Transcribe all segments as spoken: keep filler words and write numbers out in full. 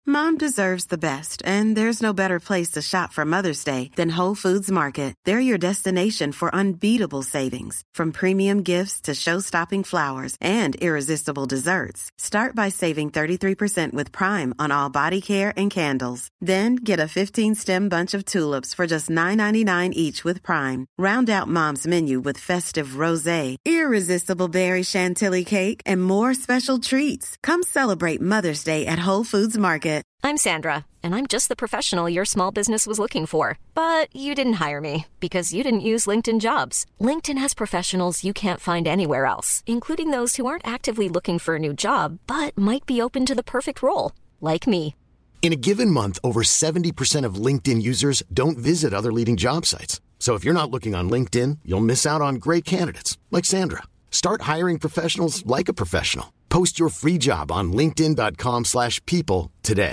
Mom deserves the best, and there's no better place to shop for Mother's Day than Whole Foods Market. They're your destination for unbeatable savings, from premium gifts to show-stopping flowers and irresistible desserts. Start by saving thirty-three percent with Prime on all body care and candles. Then get a fifteen-stem bunch of tulips for just nine ninety-nine each with Prime. Round out Mom's menu with festive rosé, irresistible berry chantilly cake, and more special treats. Come celebrate Mother's Day at Whole Foods Market. I'm Sandra, and I'm just the professional your small business was looking for. But you didn't hire me because you didn't use LinkedIn Jobs. LinkedIn has professionals you can't find anywhere else, including those who aren't actively looking for a new job, but might be open to the perfect role, like me. In a given month, over seventy percent of LinkedIn users don't visit other leading job sites. So if you're not looking on LinkedIn, you'll miss out on great candidates like Sandra. Start hiring professionals like a professional. Post your free job on linkedin dot com slash people today.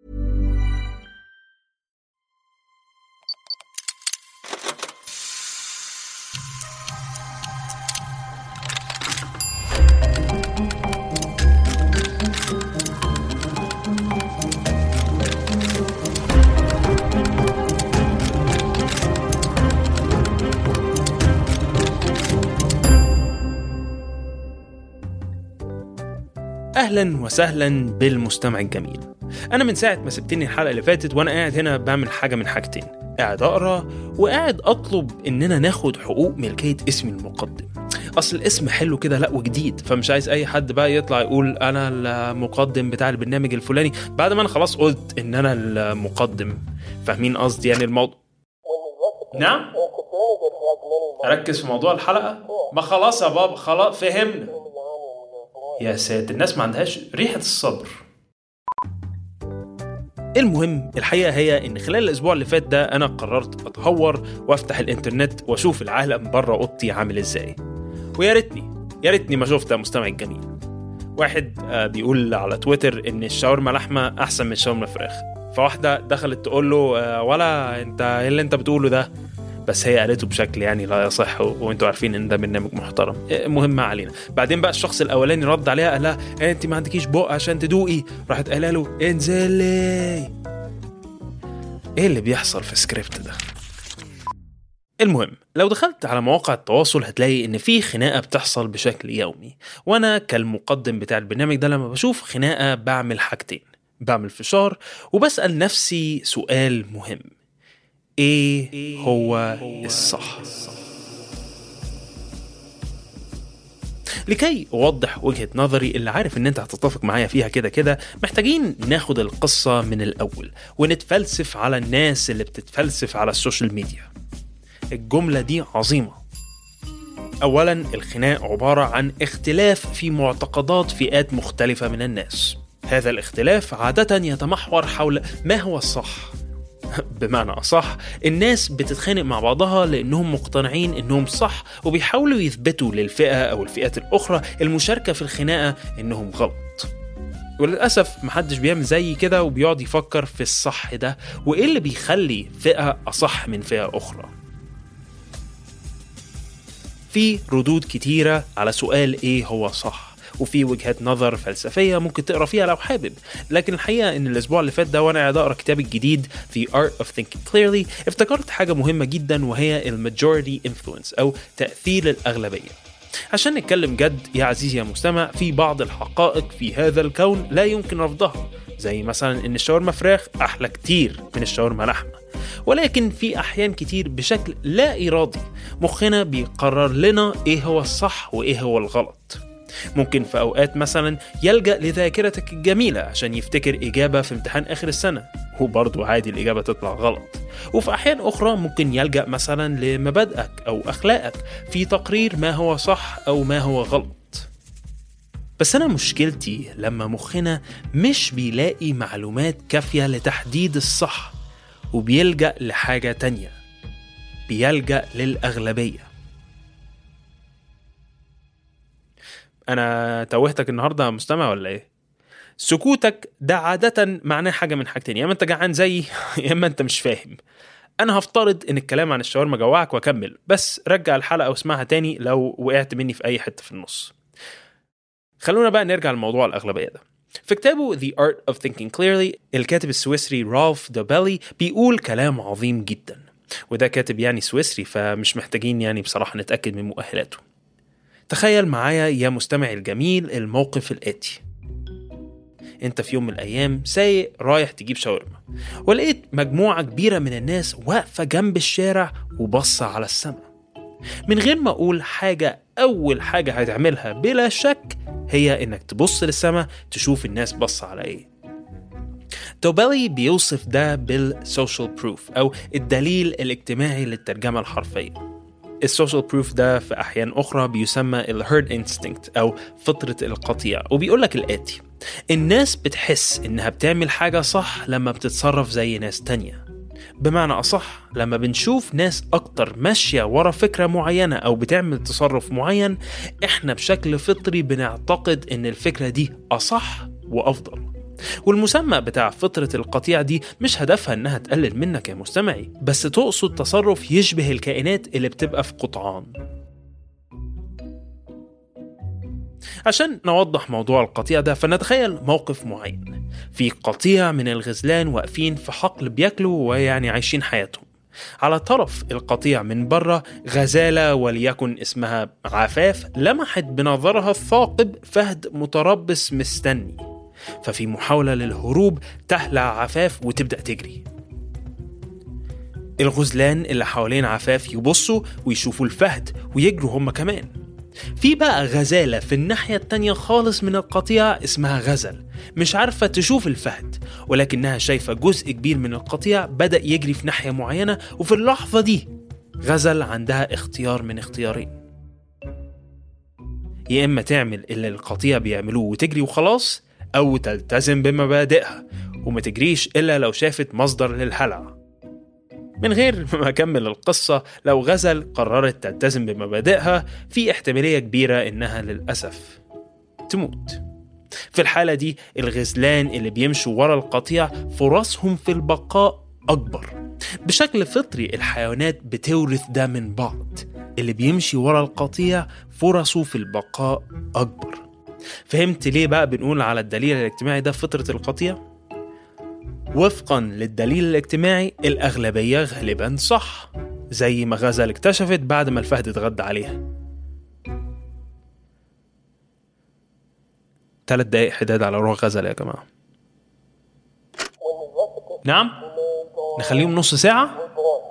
أهلا وسهلا بالمستمع الجميل. أنا من ساعة ما سبتني الحلقة اللي فاتت وأنا قاعد هنا بعمل حاجة من حاجتين، قاعد أقرأ وقاعد أطلب إننا ناخد حقوق ملكية اسمي المقدم. أصل الاسم حلو كده لأ وجديد، فمش عايز أي حد بقى يطلع يقول أنا المقدم بتاع البرنامج الفلاني بعد ما أنا خلاص قلت إن أنا المقدم. فاهمين قصدي يعني الموضوع؟ نعم؟ أركز في موضوع الحلقة؟ ما خلاص يا بابا خلاص فهمنا. يا ساتر الناس ما عندهاش ريحة الصبر. المهم الحقيقة هي إن خلال الأسبوع اللي فات ده أنا قررت أتهور وأفتح الإنترنت وأشوف العالم برا أوضتي عامل إزاي. ويا ريتني يا ريتني ما شفت مستمع الجميل. واحد بيقول على تويتر إن الشاورما لحمة أحسن من الشاورما فراخ، فواحدة دخلت تقول له ولا أنت إيه اللي أنت بتقوله ده؟ بس هي قالته بشكل يعني لا يصح، وانتوا عارفين ان ده برنامج محترم. مهم علينا. بعدين بقى الشخص الاولاني رد عليها قال لها انت ما عندكيش بق عشان تدوقي، راحت قال له انزلي. ايه اللي بيحصل في السكريبت ده؟ المهم لو دخلت على مواقع التواصل هتلاقي ان في خناقه بتحصل بشكل يومي، وانا كالمقدم بتاع البرنامج ده لما بشوف خناقه بعمل حاجتين، بعمل فشار وبسأل نفسي سؤال مهم: ايه هو الصح؟ لكي أوضح وجهة نظري اللي عارف ان انت هتتفق معايا فيها كده كده، محتاجين ناخد القصة من الأول ونتفلسف على الناس اللي بتتفلسف على السوشيال ميديا. الجملة دي عظيمة. أولا الخناق عبارة عن اختلاف في معتقدات فئات مختلفة من الناس. هذا الاختلاف عادة يتمحور حول ما هو الصح. بمعنى أصح الناس بتتخانق مع بعضها لأنهم مقتنعين أنهم صح، وبيحاولوا يثبتوا للفئة أو الفئات الأخرى المشاركة في الخناقة أنهم غلط. وللأسف محدش بيعمل زي كده وبيقعد يفكر في الصح ده وإيه اللي بيخلي فئة أصح من فئة أخرى. في ردود كتيرة على سؤال إيه هو صح، وفي وجهات نظر فلسفية ممكن تقرأ فيها لو حابب. لكن الحقيقة إن الأسبوع اللي فات ده وأنا قاعد أقرأ كتاب الجديد في Art of Thinking Clearly افتكرت حاجة مهمة جدا، وهي Majority Influence أو تأثير الأغلبية. عشان نتكلم جد يا عزيزي يا مستمع، في بعض الحقائق في هذا الكون لا يمكن رفضها، زي مثلا إن الشاورما فراخ أحلى كتير من الشاورما لحمة. ولكن في أحيان كتير بشكل لا إرادي مخنا بيقرر لنا إيه هو الصح وإيه هو الغلط. ممكن في أوقات مثلا يلجأ لذاكرتك الجميلة عشان يفتكر إجابة في امتحان آخر السنة، وبرضو عادي الإجابة تطلع غلط. وفي أحيان أخرى ممكن يلجأ مثلا لمبادئك أو أخلاقك في تقرير ما هو صح أو ما هو غلط. بس أنا مشكلتي لما مخنا مش بيلاقي معلومات كافية لتحديد الصح وبيلجأ لحاجة تانية، بيلجأ للأغلبية. أنا توهتك النهاردة مستمع ولا إيه؟ سكوتك ده عادة معناه حاجة من حاجتين، يا إما أنت جعان زيي يا إما أنت مش فاهم. أنا هفترض إن الكلام عن الشاورما جوعك وأكمل، بس رجع الحلقة واسمعها تاني لو وقعت مني في أي حتة في النص. خلونا بقى نرجع لموضوع الأغلبية ده. في كتابه The Art of Thinking Clearly الكاتب السويسري رالف دوبالي بيقول كلام عظيم جدا، وده كاتب يعني سويسري فمش محتاجين يعني بصراحة نتأكد من مؤهلاته. تخيل معايا يا مستمع الجميل الموقف الآتي: انت في يوم من الأيام سايق رايح تجيب شاورما، ولقيت مجموعة كبيرة من الناس واقفة جنب الشارع وبصة على السماء. من غير ما أقول حاجة، أول حاجة هتعملها بلا شك هي إنك تبص للسماء تشوف الناس بصة على إيه. دوبالي بيوصف ده بالسوشيال بروف أو الدليل الاجتماعي للترجمة الحرفية. السوشيال بروف ده في أحيان أخرى بيسمى الهيرد انستينكت أو فطرة القطيع، وبيقولك الآتي: الناس بتحس إنها بتعمل حاجة صح لما بتتصرف زي ناس تانية. بمعنى أصح، لما بنشوف ناس أكتر ماشية ورا فكرة معينة أو بتعمل تصرف معين، إحنا بشكل فطري بنعتقد إن الفكرة دي أصح وأفضل. والمسمى بتاع فطرة القطيع دي مش هدفها إنها تقلل منك يا مستمعي، بس تقصد تصرف يشبه الكائنات اللي بتبقى في قطعان. عشان نوضح موضوع القطيع ده فنتخيل موقف معين: في قطيع من الغزلان واقفين في حقل بياكلوا ويعني عايشين حياتهم. على طرف القطيع من بره غزالة وليكن اسمها عفاف لمحت بنظرها الثاقب فهد متربص مستني، ففي محاولة للهروب تهلع عفاف وتبدأ تجري. الغزلان اللي حوالين عفاف يبصوا ويشوفوا الفهد ويجروا هم كمان. في بقى غزالة في الناحية التانية خالص من القطيع اسمها غزل، مش عارفة تشوف الفهد، ولكنها شايفة جزء كبير من القطيع بدأ يجري في ناحية معينة، وفي اللحظة دي غزل عندها اختيار من اختيارين: يا إما تعمل اللي القطيع بيعملوه وتجري وخلاص، أو تلتزم بمبادئها وما تجريش إلا لو شافت مصدر للهلع. من غير ما أكمل القصة، لو غزل قررت تلتزم بمبادئها في احتمالية كبيرة إنها للأسف تموت. في الحالة دي الغزلان اللي بيمشوا ورا القطيع فرصهم في البقاء أكبر. بشكل فطري الحيوانات بتورث ده من بعض، اللي بيمشي ورا القطيع فرصه في البقاء أكبر. فهمت ليه بقى بنقول على الدليل الاجتماعي ده فطرة القطيع؟ وفقا للدليل الاجتماعي الأغلبية غالبا صح، زي ما غزل اكتشفت بعد ما الفهد اتغدى عليها. ثلاث دقايق حداد على روح غزل يا جماعة. نعم، نخليهم نص ساعة.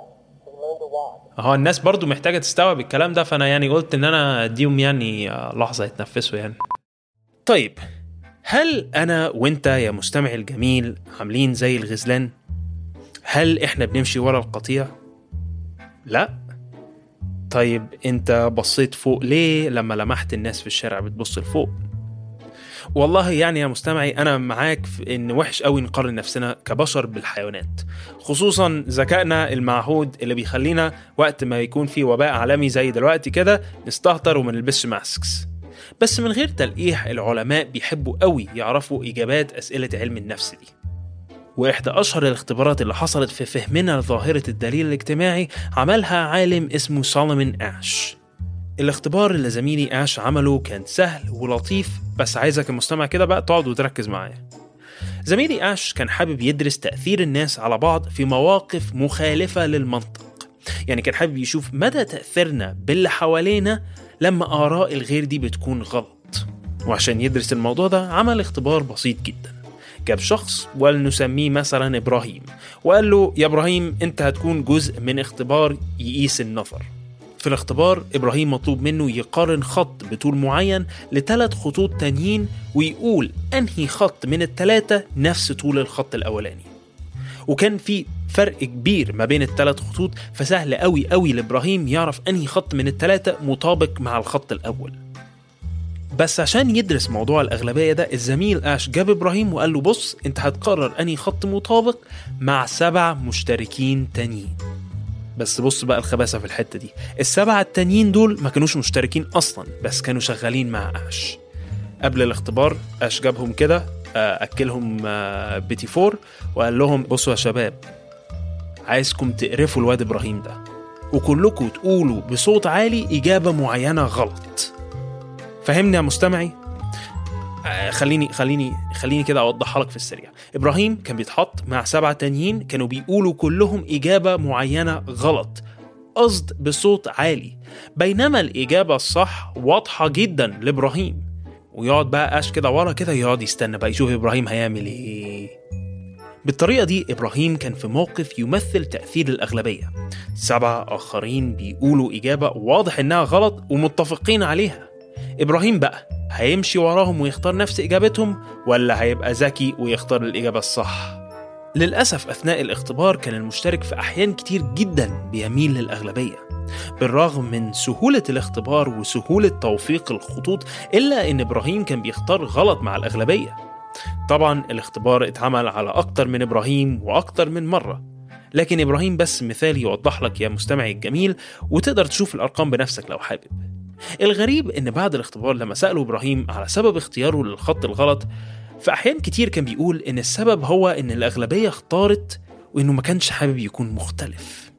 اهو الناس برضو محتاجة تستوعب الكلام ده، فأنا يعني قلت إن أنا أديهم يعني لحظة يتنفسوا يعني. طيب، هل أنا وإنت يا مستمع الجميل عاملين زي الغزلان؟ هل إحنا بنمشي ورا القطيع؟ لا. طيب أنت بصيت فوق ليه لما لمحت الناس في الشارع بتبص لفوق؟ والله يعني يا مستمعي أنا معاك في إن وحش قوي نقارن نفسنا كبشر بالحيوانات، خصوصا ذكائنا المعهود اللي بيخلينا وقت ما يكون في وباء عالمي زي دلوقتي كده نستهتر وما نلبسش ماسكس. بس من غير تلقيح، العلماء بيحبوا قوي يعرفوا إجابات أسئلة علم النفس دي. وإحدى أشهر الاختبارات اللي حصلت في فهمنا لظاهرة الدليل الاجتماعي عملها عالم اسمه سولومون آش. الاختبار اللي زميلي آش عمله كان سهل ولطيف، بس عايزك المستمع كده بقى تقعد وتركز معايا. زميلي آش كان حابب يدرس تأثير الناس على بعض في مواقف مخالفة للمنطق، يعني كان حابب يشوف مدى تأثيرنا باللي حوالينا لما آراء الغير دي بتكون غلط. وعشان يدرس الموضوع ده عمل اختبار بسيط جدا. جاب شخص ولنسميه مثلا إبراهيم، وقال له: يا إبراهيم أنت هتكون جزء من اختبار يقيس النظر. في الاختبار إبراهيم مطلوب منه يقارن خط بطول معين لثلاث خطوط تانيين، ويقول أنهي خط من الثلاثة نفس طول الخط الأولاني. وكان في فرق كبير ما بين الثلاث خطوط، فسهل قوي قوي لإبراهيم يعرف أنهي خط من الثلاثة مطابق مع الخط الأول. بس عشان يدرس موضوع الأغلبية ده، الزميل آش جاب إبراهيم وقال له: بص، أنت هتقرر أنهي خط مطابق مع سبع مشتركين تانيين. بس بص بقى الخباثة في الحتة دي، السبعة التانيين دول ما كانوش مشتركين أصلا، بس كانوا شغالين مع آش. قبل الاختبار آش جابهم كده، أكلهم بيتي فور وقال لهم: بصوا يا شباب، عايزكم تقرفوا الواد إبراهيم ده، وكلكم تقولوا بصوت عالي إجابة معينة غلط. فهمني يا مستمعي؟ خليني خليني خليني كده اوضحها لك في السريع. ابراهيم كان بيتحط مع سبعة تانيين كانوا بيقولوا كلهم اجابه معينه غلط، قصد بصوت عالي، بينما الاجابه الصح واضحه جدا لابراهيم، ويقعد بقى اش كده ورا كده، يقعد يستنى بقى يشوف ابراهيم هيعمل ايه. بالطريقه دي ابراهيم كان في موقف يمثل تاثير الاغلبيه، سبعه اخرين بيقولوا اجابه واضح انها غلط ومتفقين عليها. ابراهيم بقى هيمشي وراهم ويختار نفس إجابتهم، ولا هيبقى ذكي ويختار الإجابة الصح؟ للأسف أثناء الاختبار كان المشترك في أحيان كتير جدا بيميل للأغلبية. بالرغم من سهولة الاختبار وسهولة توفيق الخطوط، إلا إن إبراهيم كان بيختار غلط مع الأغلبية. طبعا الاختبار اتعمل على أكتر من إبراهيم وأكتر من مرة، لكن إبراهيم بس مثال يوضح لك يا مستمعي الجميل، وتقدر تشوف الأرقام بنفسك لو حابب. الغريب إن بعد الاختبار لما سألوا إبراهيم على سبب اختياره للخط الغلط، في أحيان كتير كان بيقول إن السبب هو إن الأغلبية اختارت وإنه ما كانش حابب يكون مختلف.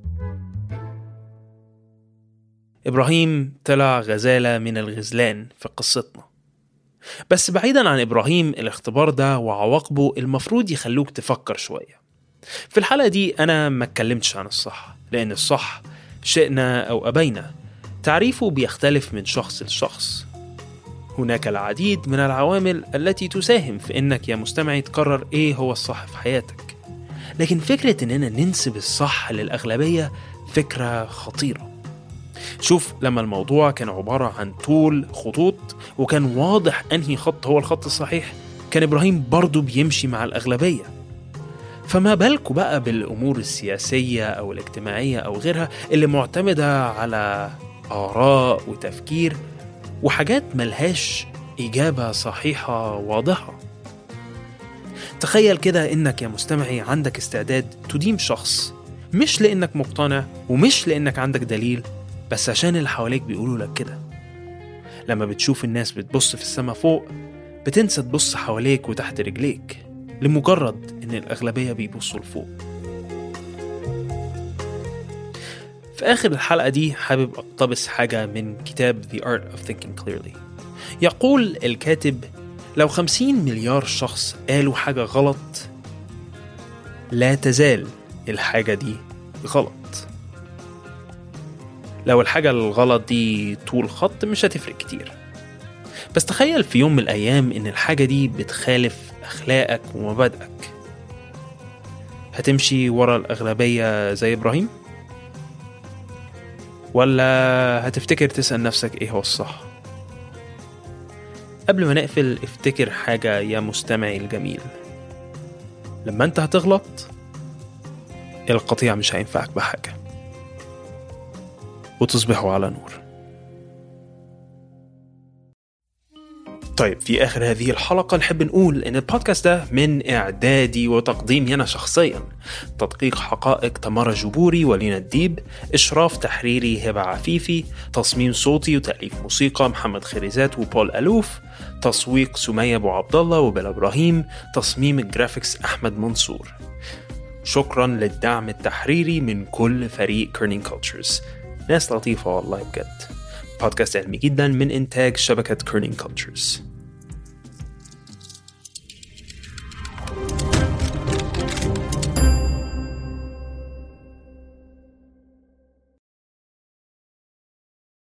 إبراهيم طلع غزالة من الغزلان في قصتنا. بس بعيدا عن إبراهيم، الاختبار ده وعواقبه المفروض يخلوك تفكر شوية. في الحلقة دي أنا ما اتكلمتش عن الصح، لأن الصح شئنا أو أبينا تعريفه بيختلف من شخص لشخص. هناك العديد من العوامل التي تساهم في إنك يا مستمعي تقرر إيه هو الصح في حياتك، لكن فكرة إننا ننسب الصح للأغلبية فكرة خطيرة. شوف، لما الموضوع كان عبارة عن طول خطوط وكان واضح أنهي خط هو الخط الصحيح، كان إبراهيم برضو بيمشي مع الأغلبية. فما بالكوا بقى بالأمور السياسية أو الاجتماعية أو غيرها اللي معتمدة على آراء وتفكير وحاجات ملهاش إجابة صحيحة واضحة. تخيل كده إنك يا مستمعي عندك استعداد تدين شخص، مش لأنك مقتنع ومش لأنك عندك دليل، بس عشان اللي حواليك بيقولوا لك كده. لما بتشوف الناس بتبص في السما فوق، بتنسى تبص حواليك وتحت رجليك لمجرد إن الأغلبية بيبصوا لفوق. في آخر الحلقة دي حابب أقتبس حاجة من كتاب The Art of Thinking Clearly. يقول الكاتب: لو خمسين مليار شخص قالوا حاجة غلط، لا تزال الحاجة دي غلط. لو الحاجة الغلط دي طول خط مش هتفرق كتير، بس تخيل في يوم من الأيام إن الحاجة دي بتخالف أخلاقك ومبادئك، هتمشي ورا الأغلبية زي إبراهيم؟ ولا هتفتكر تسأل نفسك إيه هو الصح؟ قبل ما نقفل، افتكر حاجة يا مستمعي الجميل: لما أنت هتغلط، القطيع مش هينفعك بحاجة، وتصبحوا على نور. طيب، في آخر هذه الحلقة نحب نقول إن البودكاست ده من إعدادي وتقديمي أنا شخصياً، تدقيق حقائق تمارا جبوري ولينا الديب، إشراف تحريري هبة عفيفي، تصميم صوتي وتأليف موسيقى محمد خريزات وبول ألوف، تسويق سمية أبو عبد الله وبلا إبراهيم، تصميم الجرافيكس أحمد منصور. شكراً للدعم التحريري من كل فريق كيرنينج كولتشرز، ناس لطيفة والله بجد. بودكاست علمي جدا من إنتاج شبكة كيرنينج كولتشرز.